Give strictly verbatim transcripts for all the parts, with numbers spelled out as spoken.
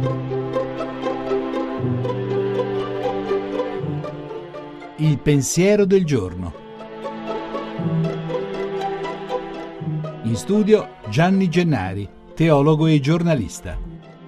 Il pensiero del giorno. In studio Gianni Gennari, teologo e giornalista.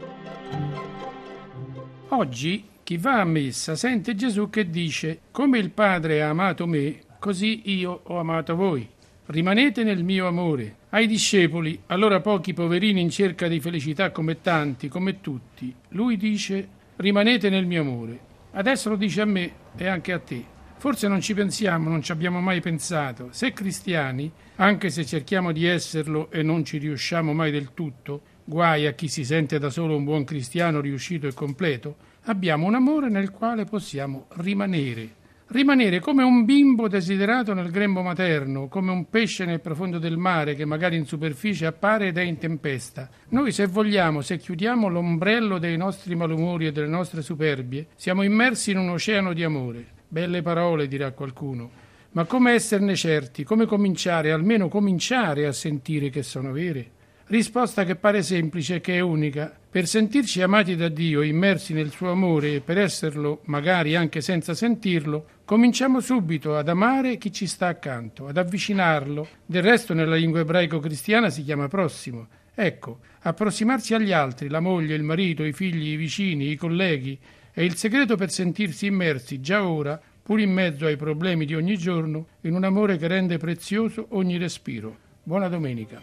Oggi chi va a messa sente Gesù che dice: come il Padre ha amato me, così io ho amato voi. Rimanete nel mio amore. Ai discepoli, allora pochi poverini in cerca di felicità come tanti, come tutti, lui dice: rimanete nel mio amore. Adesso lo dice a me e anche a te. Forse non ci pensiamo, non ci abbiamo mai pensato. Se cristiani, anche se cerchiamo di esserlo e non ci riusciamo mai del tutto, guai a chi si sente da solo un buon cristiano riuscito e completo, abbiamo un amore nel quale possiamo rimanere. Rimanere come un bimbo desiderato nel grembo materno, come un pesce nel profondo del mare che magari in superficie appare ed è in tempesta. Noi, se vogliamo, se chiudiamo l'ombrello dei nostri malumori e delle nostre superbie, siamo immersi in un oceano di amore. Belle parole, dirà qualcuno, ma come esserne certi? Come cominciare, almeno cominciare a sentire che sono vere? Risposta che pare semplice e che è unica. Per sentirci amati da Dio, immersi nel suo amore e per esserlo, magari anche senza sentirlo, cominciamo subito ad amare chi ci sta accanto, ad avvicinarlo. Del resto nella lingua ebraico-cristiana si chiama prossimo. Ecco, approssimarsi agli altri, la moglie, il marito, i figli, i vicini, i colleghi, è il segreto per sentirsi immersi già ora, pur in mezzo ai problemi di ogni giorno, in un amore che rende prezioso ogni respiro. Buona domenica.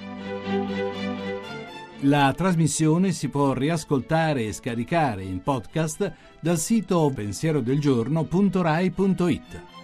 La trasmissione si può riascoltare e scaricare in podcast dal sito pensierodelgiorno punto rai punto it.